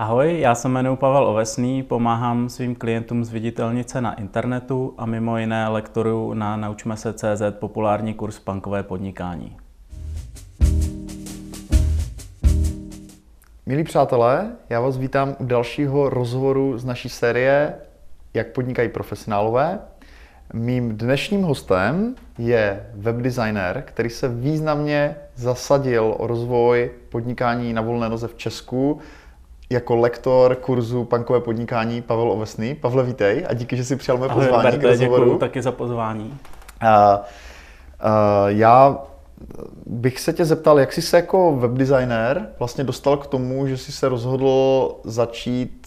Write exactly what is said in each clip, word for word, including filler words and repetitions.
Ahoj, já se jmenuji Pavel Ovesný, pomáhám svým klientům zviditelnit se na internetu a mimo jiné lektoruju na Naučme se tečka cé zet populární kurz Punkové podnikání. Milí přátelé, já vás vítám u dalšího rozhovoru z naší série Jak podnikají profesionálové. Mým dnešním hostem je webdesigner, který se významně zasadil o rozvoj podnikání na volné noze v Česku jako lektor kurzu Punkové podnikání Pavel Ovesný. Pavle, vítej a díky, že jsi přijal mé pozvání. Ahoj, Berte, k rozhovoru. Děkuji taky za pozvání. Uh, uh, já bych se tě zeptal, jak jsi se jako webdesigner vlastně dostal k tomu, že jsi se rozhodl začít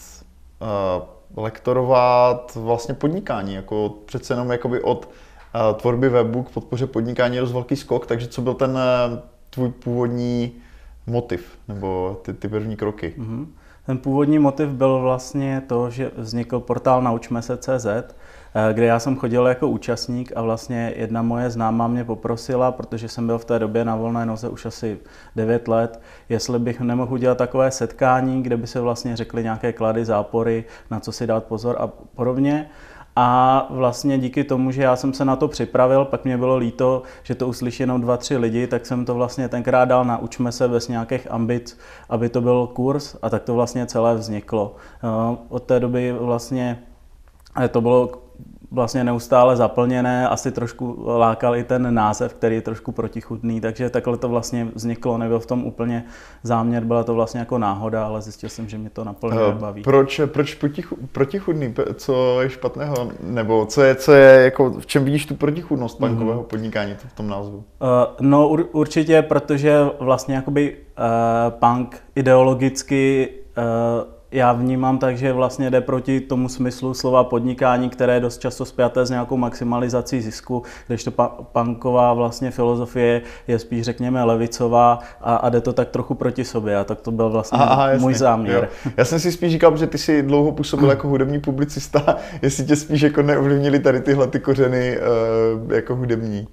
uh, lektorovat vlastně podnikání, jako přece jenom jakoby od uh, tvorby webu k podpoře podnikání je dost velký skok, takže co byl ten uh, tvůj původní motiv nebo ty, ty první kroky? Mm-hmm. Ten původní motiv byl vlastně to, že vznikl portál Naučme se tečka cé zet, kde já jsem chodil jako účastník a vlastně jedna moje známá mě poprosila, protože jsem byl v té době na volné noze už asi devět let, jestli bych nemohl udělat takové setkání, kde by se vlastně řekly nějaké klady, zápory, na co si dát pozor a podobně. A vlastně díky tomu, že já jsem se na to připravil, pak mě bylo líto, že to uslyší jenom dva, tři lidi, tak jsem to vlastně tenkrát dal Naučme se bez nějakých ambic, aby to byl kurz a tak to vlastně celé vzniklo. Od té doby vlastně to bylo vlastně neustále zaplněné, asi trošku lákal i ten název, který je trošku protichůdný, takže takhle to vlastně vzniklo, nebyl v tom úplně záměr, byla to vlastně jako náhoda, ale zjistil jsem, že mě to naplně nebaví. Proč, proč protichu, protichudný? Co je špatného? Nebo co je, co je jako, v čem vidíš tu protichůdnost punkového mm-hmm. podnikání v tom názvu? Uh, no ur, určitě, protože vlastně jakoby uh, punk ideologicky uh, já vnímám tak, že vlastně jde proti tomu smyslu slova podnikání, které je dost často spjaté s nějakou maximalizací zisku, kdežto punková vlastně filozofie je spíš řekněme levicová a, a jde to tak trochu proti sobě a tak to byl vlastně Aha, můj záměr. Jo. Já jsem si spíš říkal, že ty jsi dlouho působil jako hudební publicista, jestli tě spíš jako neovlivnili tady tyhle ty kořeny uh, jako hudební.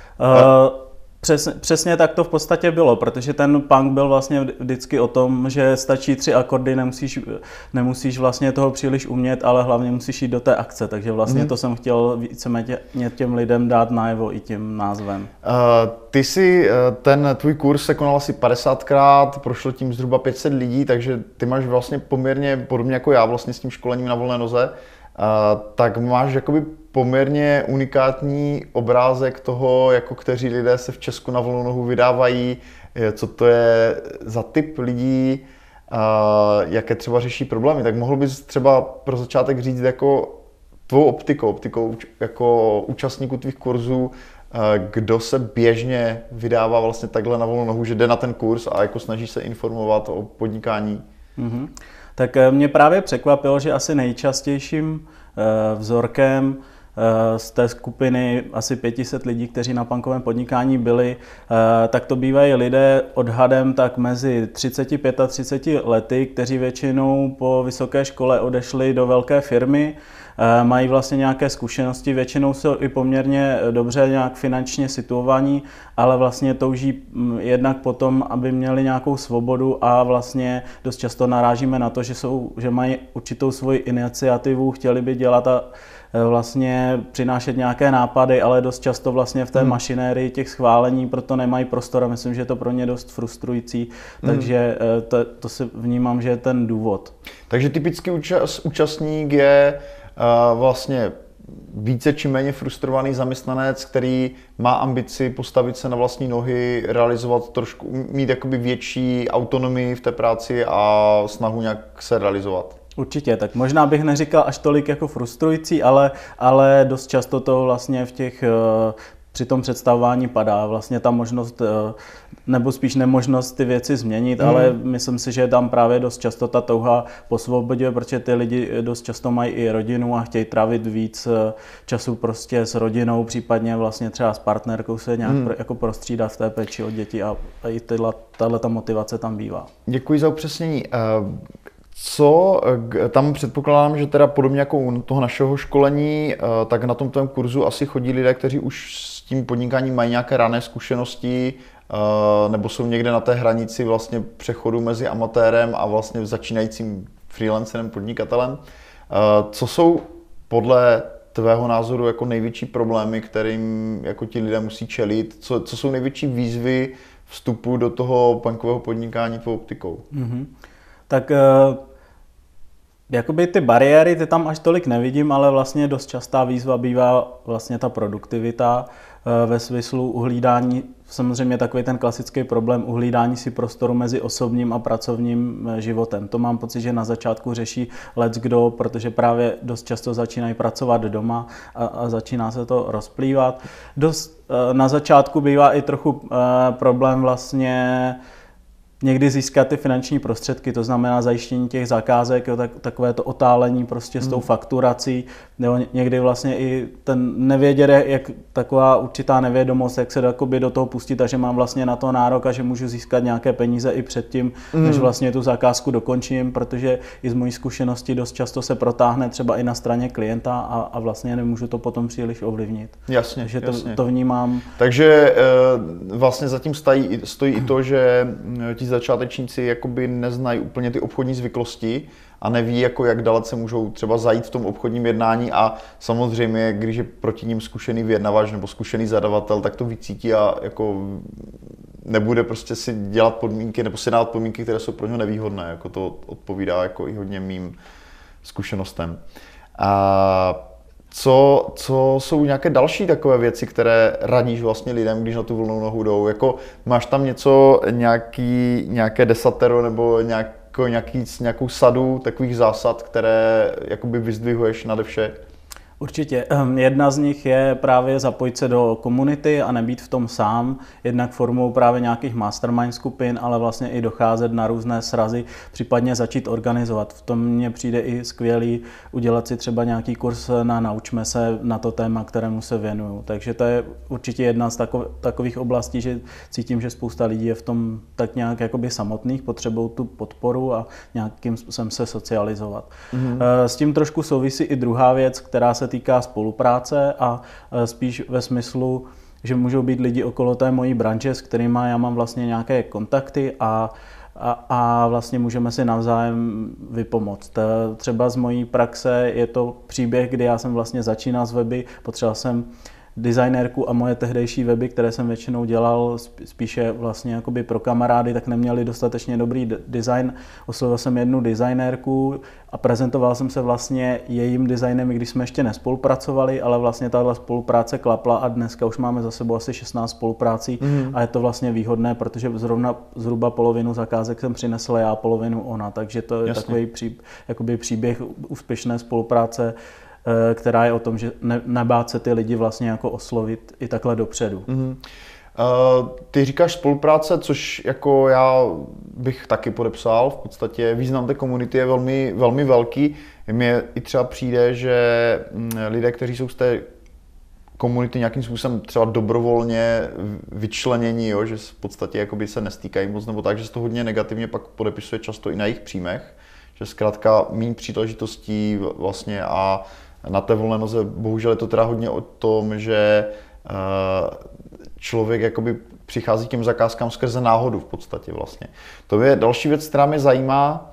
Uh, Přesně, přesně tak to v podstatě bylo, protože ten punk byl vlastně vždycky o tom, že stačí tři akordy, nemusíš, nemusíš vlastně toho příliš umět, ale hlavně musíš jít do té akce, takže vlastně mm. to jsem chtěl víceméně těm lidem dát najevo i tím názvem. Uh, ty si, ten tvůj kurz se konal asi padesátkrát, prošlo tím zhruba pět set lidí, takže ty máš vlastně poměrně podobně jako já vlastně s tím školením na volné noze, uh, tak máš jakoby poměrně unikátní obrázek toho, jako kteří lidé se v Česku na volnou nohu vydávají, co to je za typ lidí, jaké třeba řeší problémy. Tak mohl bys třeba pro začátek říct jako tvou optikou, optikou jako účastníků tvých kurzů, kdo se běžně vydává vlastně takhle na volnou nohu, že jde na ten kurz a jako snaží se informovat o podnikání. Mm-hmm. Tak mě právě překvapilo, že asi nejčastějším vzorkem z té skupiny asi pět set lidí, kteří na punkovém podnikání byli, tak to bývají lidé odhadem tak mezi třicet pět a třicet lety, kteří většinou po vysoké škole odešli do velké firmy, mají vlastně nějaké zkušenosti, většinou jsou i poměrně dobře nějak finančně situovaní, ale vlastně touží jednak potom, aby měli nějakou svobodu a vlastně dost často narážíme na to, že, jsou, že mají určitou svoji iniciativu, chtěli by dělat a vlastně přinášet nějaké nápady, ale dost často vlastně v té hmm. mašinérii těch schválení proto nemají prostor a myslím, že je to pro ně dost frustrující, hmm. takže to, to si vnímám, že je ten důvod. Takže typický účast, účastník je uh, vlastně více či méně frustrovaný zaměstnanec, který má ambici postavit se na vlastní nohy, realizovat trošku, mít jakoby větší autonomii v té práci a snahu nějak se realizovat. Určitě, tak možná bych neříkal až tolik jako frustrující, ale, ale dost často to vlastně v těch, při tom představování padá. Vlastně ta možnost, nebo spíš nemožnost ty věci změnit, mm. ale myslím si, že je tam právě dost často ta touha po svobodě, protože ty lidi dost často mají i rodinu a chtějí trávit víc času prostě s rodinou, případně vlastně třeba s partnerkou se nějak mm. jako prostřídat v té péči o děti a i tato motivace tam bývá. Děkuji za upřesnění. Co tam předpokládám, že teda podobně jako u toho našeho školení, tak na tom tvém kurzu asi chodí lidé, kteří už s tím podnikáním mají nějaké rané zkušenosti nebo jsou někde na té hranici vlastně přechodu mezi amatérem a vlastně začínajícím freelancerem, podnikatelem. Co jsou podle tvého názoru jako největší problémy, kterým jako ti lidé musí čelit? Co, co jsou největší výzvy vstupu do toho punkového podnikání tvou optikou? Mm-hmm. Tak uh, jakoby ty bariéry, ty tam až tolik nevidím, ale vlastně dost častá výzva bývá vlastně ta produktivita uh, ve smyslu uhlídání, samozřejmě takový ten klasický problém uhlídání si prostoru mezi osobním a pracovním životem. To mám pocit, že na začátku řeší leckdo, protože právě dost často začínají pracovat doma a, a začíná se to rozplývat. Dost, uh, na začátku bývá i trochu uh, problém vlastně někdy získat ty finanční prostředky, to znamená zajištění těch zakázek, jo, tak, takové to otálení prostě s tou fakturací, jo, někdy vlastně i ten nevědět, jak taková určitá nevědomost, jak se jakoby do toho pustit a že mám vlastně na to nárok a že můžu získat nějaké peníze i předtím, mm. než vlastně tu zakázku dokončím, protože i z mojí zkušenosti dost často se protáhne třeba i na straně klienta a, a vlastně nemůžu to potom příliš ovlivnit. Jasně, Takže to, jasně. to vnímám. Takže vlastně zatím stojí, stojí i to, že ti začátečníci jakoby neznají úplně ty obchodní zvyklosti a neví, jako jak dalece můžou třeba zajít v tom obchodním jednání a samozřejmě, když je proti ním zkušený vyjednavač nebo zkušený zadavatel, tak to vycítí a jako nebude prostě si dělat podmínky nebo si dávat podmínky, které jsou pro něho nevýhodné. Jako to odpovídá jako i hodně mým zkušenostem. A Co, co jsou nějaké další takové věci, které radíš vlastně lidem, když na tu volnou nohu jdou? Jako, máš tam něco, nějaký, nějaké desatero nebo nějakou, nějaký, nějakou sadu takových zásad, které jakoby vyzdvihuješ nade vše? Určitě. Jedna z nich je právě zapojit se do komunity a nebýt v tom sám, jednak formou právě nějakých mastermind skupin, ale vlastně i docházet na různé srazy, případně začít organizovat. V tom mně přijde i skvělý udělat si třeba nějaký kurz na Naučme se na to téma, kterému se věnuju. Takže to je určitě jedna z takových oblastí, že cítím, že spousta lidí je v tom tak nějak jakoby samotných, potřebují tu podporu a nějakým způsobem se socializovat. Mm-hmm. S tím trošku souvisí i druhá věc, která se týká spolupráce a spíš ve smyslu, že můžou být lidi okolo té mojí branže, s kterými já mám vlastně nějaké kontakty a, a, a vlastně můžeme si navzájem vypomoct. Třeba z mojí praxe je to příběh, kdy já jsem vlastně začínal s weby, potřeboval jsem designérku a moje tehdejší weby, které jsem většinou dělal spíše vlastně jakoby pro kamarády, tak neměli dostatečně dobrý design. Oslovil jsem jednu designérku a prezentoval jsem se vlastně jejím designem, i když jsme ještě nespolupracovali, ale vlastně tahle spolupráce klapla a dneska už máme za sebou asi šestnáct spoluprácí mm. a je to vlastně výhodné, protože zrovna zhruba polovinu zakázek jsem přinesl já, polovinu ona, takže to je Jasně. takový pří, jakoby příběh úspěšné spolupráce, která je o tom, že ne, nebát se ty lidi vlastně jako oslovit i takhle dopředu. Mm-hmm. Uh, ty říkáš spolupráce, což jako já bych taky podepsal. V podstatě význam té komunity je velmi, velmi velký. Mně i třeba přijde, že lidé, kteří jsou z té komunity nějakým způsobem třeba dobrovolně vyčlenění, jo, že v podstatě jakoby se nestýkají moc nebo tak, že se to hodně negativně pak podepisuje často i na jejich příjmech. Že zkrátka méně příležitostí vlastně a na té volné noze bohužel je to teda hodně o tom, že člověk jakoby přichází k těm zakázkám skrze náhodu v podstatě vlastně. To je další věc, která mě zajímá.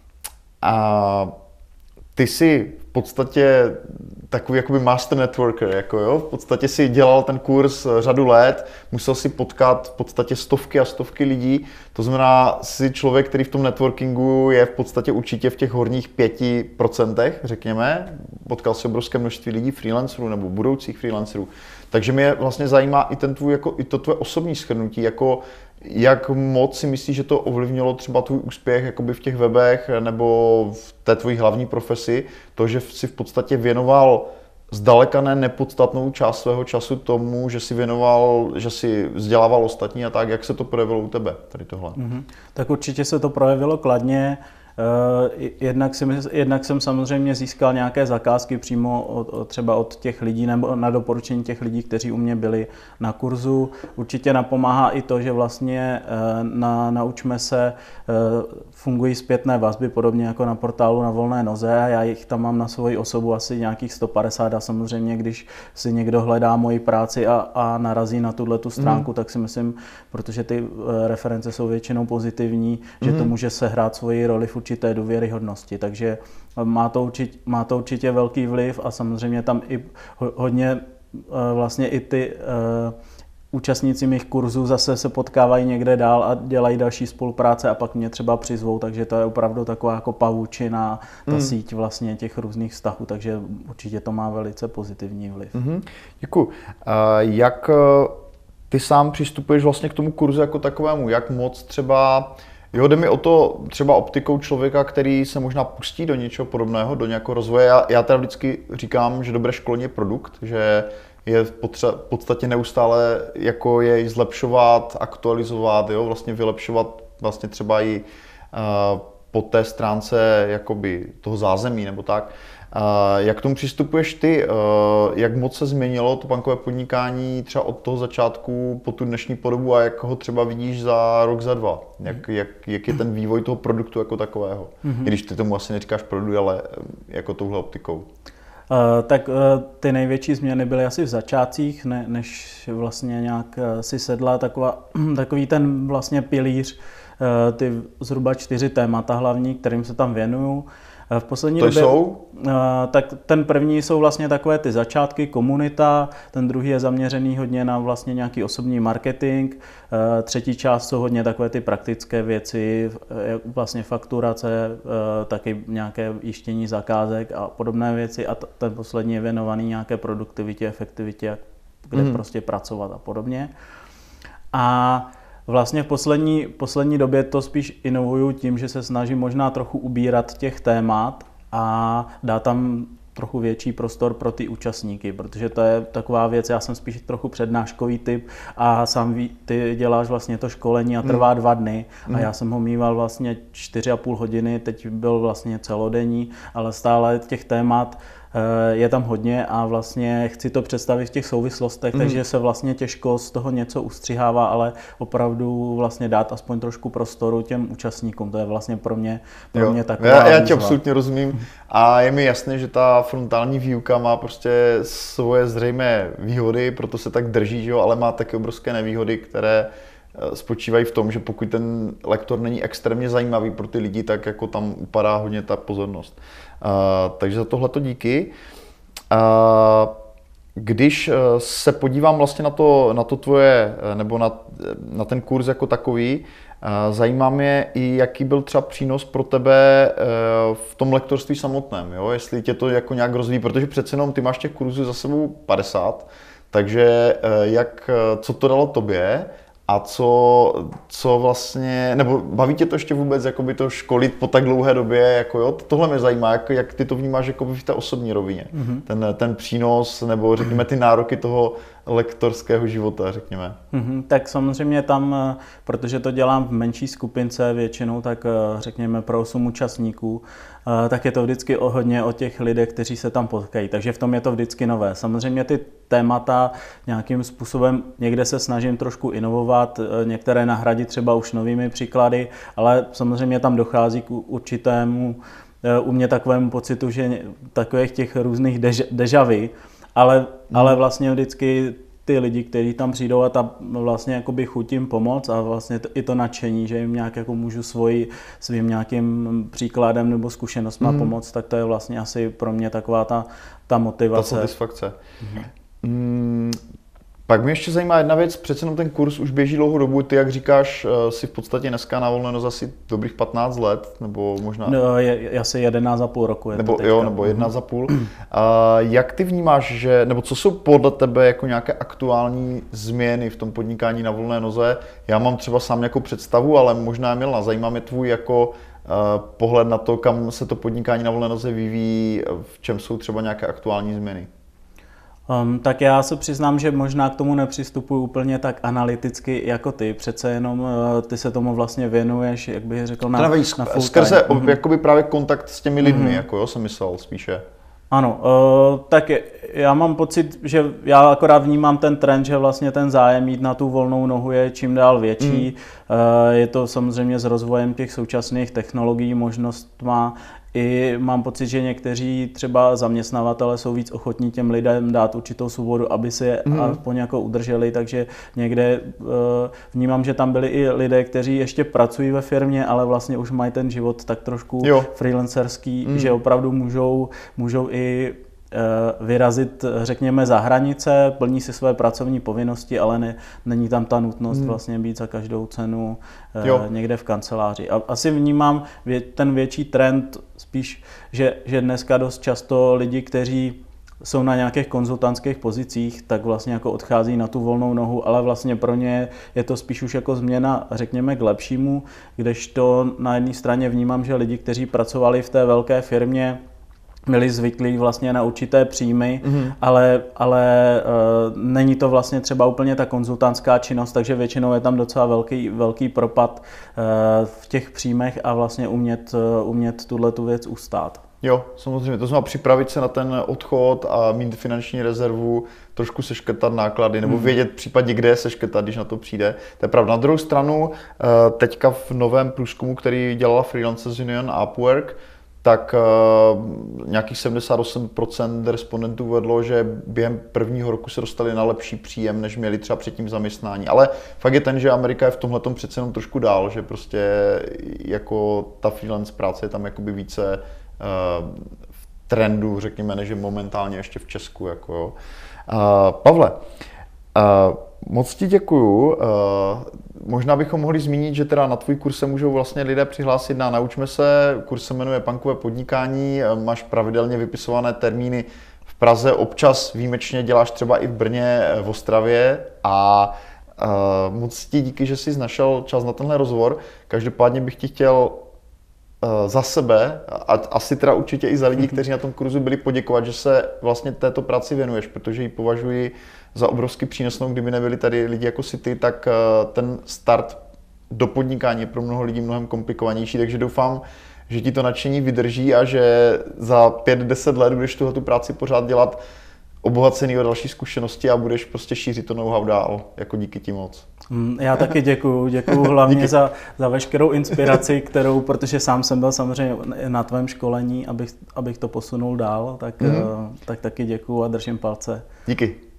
A ty jsi v podstatě takový jakoby master networker, jako jo, v podstatě si dělal ten kurz řadu let, musel si potkat v podstatě stovky a stovky lidí, to znamená, jsi člověk, který v tom networkingu je v podstatě určitě v těch horních pěti procentech, řekněme, potkal si obrovské množství lidí, freelancerů nebo budoucích freelancerů, takže mě vlastně zajímá i, ten tvůj, jako, i to tvoje osobní shrnutí, jako jak moc si myslíš, že to ovlivnilo třeba tvůj úspěch jakoby v těch webech nebo v té tvojí hlavní profesi, to, že jsi v podstatě věnoval zdaleka ne nepodstatnou část svého času tomu, že si věnoval, že si vzdělával ostatní a tak, jak se to projevilo u tebe, tady tohle? Mm-hmm. Tak určitě se to projevilo kladně. Jednak jsem, jednak jsem samozřejmě získal nějaké zakázky přímo od, třeba od těch lidí nebo na doporučení těch lidí, kteří u mě byli na kurzu. Určitě napomáhá i to, že vlastně na Naučme se fungují zpětné vazby, podobně jako na portálu Na volné noze. Já jich tam mám na svoji osobu asi nějakých sto padesát a samozřejmě, když si někdo hledá moji práci a, a narazí na tuhletu stránku, mm. tak si myslím, protože ty reference jsou většinou pozitivní, mm. že to může sehrát svoji roli v určité důvěryhodnosti. Takže má to, určitě, má to určitě velký vliv a samozřejmě tam i hodně vlastně i ty uh, účastníci mých kurzů zase se potkávají někde dál a dělají další spolupráce a pak mě třeba přizvou, takže to je opravdu taková jako pavučina, ta mm. síť vlastně těch různých vztahů, takže určitě to má velice pozitivní vliv. Mm-hmm. Děkuji. Uh, jak ty sám přistupuješ vlastně k tomu kurzu jako takovému? Jak moc třeba, jo, jde mi o to třeba optikou člověka, který se možná pustí do něčeho podobného, do nějakého rozvoje. Já, já teda vždycky říkám, že dobré školení je produkt, že je v podstatě neustále jako jej zlepšovat, aktualizovat, jo, vlastně vylepšovat vlastně třeba i uh, po té stránce jakoby toho zázemí nebo tak. Uh, jak k tomu přistupuješ ty? Uh, jak moc se změnilo to bankové podnikání třeba od toho začátku po tu dnešní podobu a jak ho třeba vidíš za rok, za dva? Jak, jak, jak je ten vývoj toho produktu jako takového? Mm-hmm. I když ty tomu asi neříkáš produkt, ale jako touhle optikou. Uh, tak uh, ty největší změny byly asi v začátcích, ne, než vlastně nějak uh, si sedla taková, takový ten vlastně pilíř, uh, ty zhruba čtyři témata hlavní, kterým se tam věnuju. V poslední to době, jsou? Tak ten první jsou vlastně takové ty začátky, komunita, ten druhý je zaměřený hodně na vlastně nějaký osobní marketing, třetí část jsou hodně takové ty praktické věci, vlastně fakturace, taky nějaké jištění zakázek a podobné věci a ten poslední je věnovaný nějaké produktivitě, efektivitě, kde mm. prostě pracovat a podobně. A vlastně v poslední, poslední době to spíš inovuju tím, že se snažím možná trochu ubírat těch témat a dát tam trochu větší prostor pro ty účastníky, protože to je taková věc, já jsem spíš trochu přednáškový typ a sám ví, ty děláš vlastně to školení a trvá mm. dva dny a já jsem ho mýval vlastně čtyři a půl hodiny, teď byl vlastně celodenní, ale stále těch témat je tam hodně a vlastně chci to představit v těch souvislostech, mm. takže se vlastně těžko z toho něco ustřihává, ale opravdu vlastně dát aspoň trošku prostoru těm účastníkům. To je vlastně pro mě, pro mě taková Já, já ti absolutně rozumím a je mi jasné, že ta frontální výuka má prostě svoje zřejmé výhody, proto se tak drží, že jo, ale má také obrovské nevýhody, které spočívají v tom, že pokud ten lektor není extrémně zajímavý pro ty lidi, tak jako tam upadá hodně ta pozornost. Uh, takže za tohleto díky. Uh, když se podívám vlastně na to, na to tvoje, nebo na, na ten kurz jako takový, uh, zajímá mě i, jaký byl třeba přínos pro tebe uh, v tom lektorství samotném, jo? Jestli tě to jako nějak rozvíjí, protože přece jenom ty máš těch kurzů za sebou padesát, takže uh, jak, co to dalo tobě? A co, co vlastně, nebo baví tě to ještě vůbec jakoby to školit po tak dlouhé době, jako jo, tohle mě zajímá, jak, jak ty to vnímáš jakoby v té osobní rovině, mm-hmm. ten, ten přínos, nebo řekněme ty nároky toho lektorského života, řekněme. Mm-hmm, tak samozřejmě tam, protože to dělám v menší skupince většinou, tak řekněme pro osm účastníků, tak je to vždycky o hodně o těch lidech, kteří se tam potkají, takže v tom je to vždycky nové. Samozřejmě ty témata nějakým způsobem někde se snažím trošku inovovat, některé nahradit třeba už novými příklady, ale samozřejmě tam dochází k určitému u mě takovému pocitu, že takových těch různých deja vu, ale, hmm. ale vlastně vždycky ty lidi, kteří tam přijdou a ta vlastně jakoby chutím pomoct a vlastně to, i to nadšení, že jim nějak jako můžu svoji, svým nějakým příkladem nebo zkušenostma hmm. pomoct, tak to je vlastně asi pro mě taková ta, ta motivace. Ta satisfakce. Hmm. Hmm. Pak mě ještě zajímá jedna věc, přece jenom ten kurz už běží dlouhou dobu, ty jak říkáš, si v podstatě dneska na volné noze asi dobrých patnáct let, nebo možná... No, je, asi jedenáct a půl roku je nebo, to teďka. Jo, nebo jedenáct a půl. A jak ty vnímáš, že, nebo co jsou podle tebe jako nějaké aktuální změny v tom podnikání na volné noze? Já mám třeba sám nějakou představu, ale možná Milna, zajímá mě tvůj jako uh, pohled na to, kam se to podnikání na volné noze vyvíjí, v čem jsou třeba nějaké aktuální změny. Um, tak já se přiznám, že možná k tomu nepřistupuji úplně tak analyticky jako ty. Přece jenom uh, ty se tomu vlastně věnuješ, jak bych řekl, na, na full time. Skrze mm-hmm. jakoby právě kontakt s těmi lidmi, mm-hmm. jako jo, jsem myslel spíše. Ano, uh, tak já mám pocit, že já akorát vnímám ten trend, že vlastně ten zájem jít na tu volnou nohu je čím dál větší. Mm. Uh, je to samozřejmě s rozvojem těch současných technologií, možnost má. I mám pocit, že někteří třeba zaměstnavatele jsou víc ochotní těm lidem dát určitou svobodu, aby si je mm. aspoň jako udrželi, takže někde uh, vnímám, že tam byli i lidé, kteří ještě pracují ve firmě, ale vlastně už mají ten život tak trošku jo. freelancerský, mm. že opravdu můžou, můžou i vyrazit, řekněme, za hranice, plní si své pracovní povinnosti, ale ne, není tam ta nutnost hmm. vlastně být za každou cenu jo. někde v kanceláři. A asi vnímám vě, ten větší trend spíš, že, že dneska dost často lidi, kteří jsou na nějakých konzultantských pozicích, tak vlastně jako odchází na tu volnou nohu, ale vlastně pro ně je to spíš už jako změna, řekněme, k lepšímu, kdežto na jedné straně vnímám, že lidi, kteří pracovali v té velké firmě, byli zvyklí vlastně na určité příjmy, mm-hmm. ale, ale uh, není to vlastně třeba úplně ta konzultantská činnost, takže většinou je tam docela velký, velký propad uh, v těch příjmech a vlastně umět, uh, umět tuhletu věc ustát. Jo, samozřejmě, to znamená připravit se na ten odchod a mít finanční rezervu, trošku seškrtat náklady, nebo vědět případně, kde je seškrtat, když na to přijde. To je pravda. Na druhou stranu, teďka v novém průzkumu, který dělala Freelancers Union a Upwork, tak uh, nějakých sedmdesát osm procent respondentů vedlo, že během prvního roku se dostali na lepší příjem, než měli třeba předtím zaměstnání. Ale fakt je ten, že Amerika je v tomhletom přece jenom trošku dál, že prostě jako ta freelance práce je tam jakoby více uh, v trendu, řekněme, než je momentálně ještě v Česku. Jako, jo. Uh, Pavle, uh, moc ti děkuju. Uh, možná bychom mohli zmínit, že teda na tvůj kurz se můžou vlastně lidé přihlásit na Naučme se. Kurz se jmenuje Punkové podnikání. Máš pravidelně vypisované termíny v Praze. Občas výjimečně děláš třeba i v Brně, v Ostravě. A uh, moc ti díky, že jsi našel čas na tenhle rozhovor. Každopádně bych ti chtěl uh, za sebe a asi teda určitě i za lidi, kteří na tom kurzu byli, poděkovat, že se vlastně této práci věnuješ, protože ji považuji za obrovsky přínosnou. Kdyby nebyli tady lidi jako si ty, tak ten start do podnikání je pro mnoho lidí mnohem komplikovanější, takže doufám, že ti to nadšení vydrží a že za pět deset let budeš tuhletu práci pořád dělat obohacený o další zkušenosti a budeš prostě šířit to know-how dál. Jako díky ti moc. Já taky děkuju. Děkuju hlavně za, za veškerou inspiraci, kterou, protože sám jsem byl samozřejmě na tvém školení, abych, abych to posunul dál, tak, mm. tak taky děkuju a držím palce. Díky.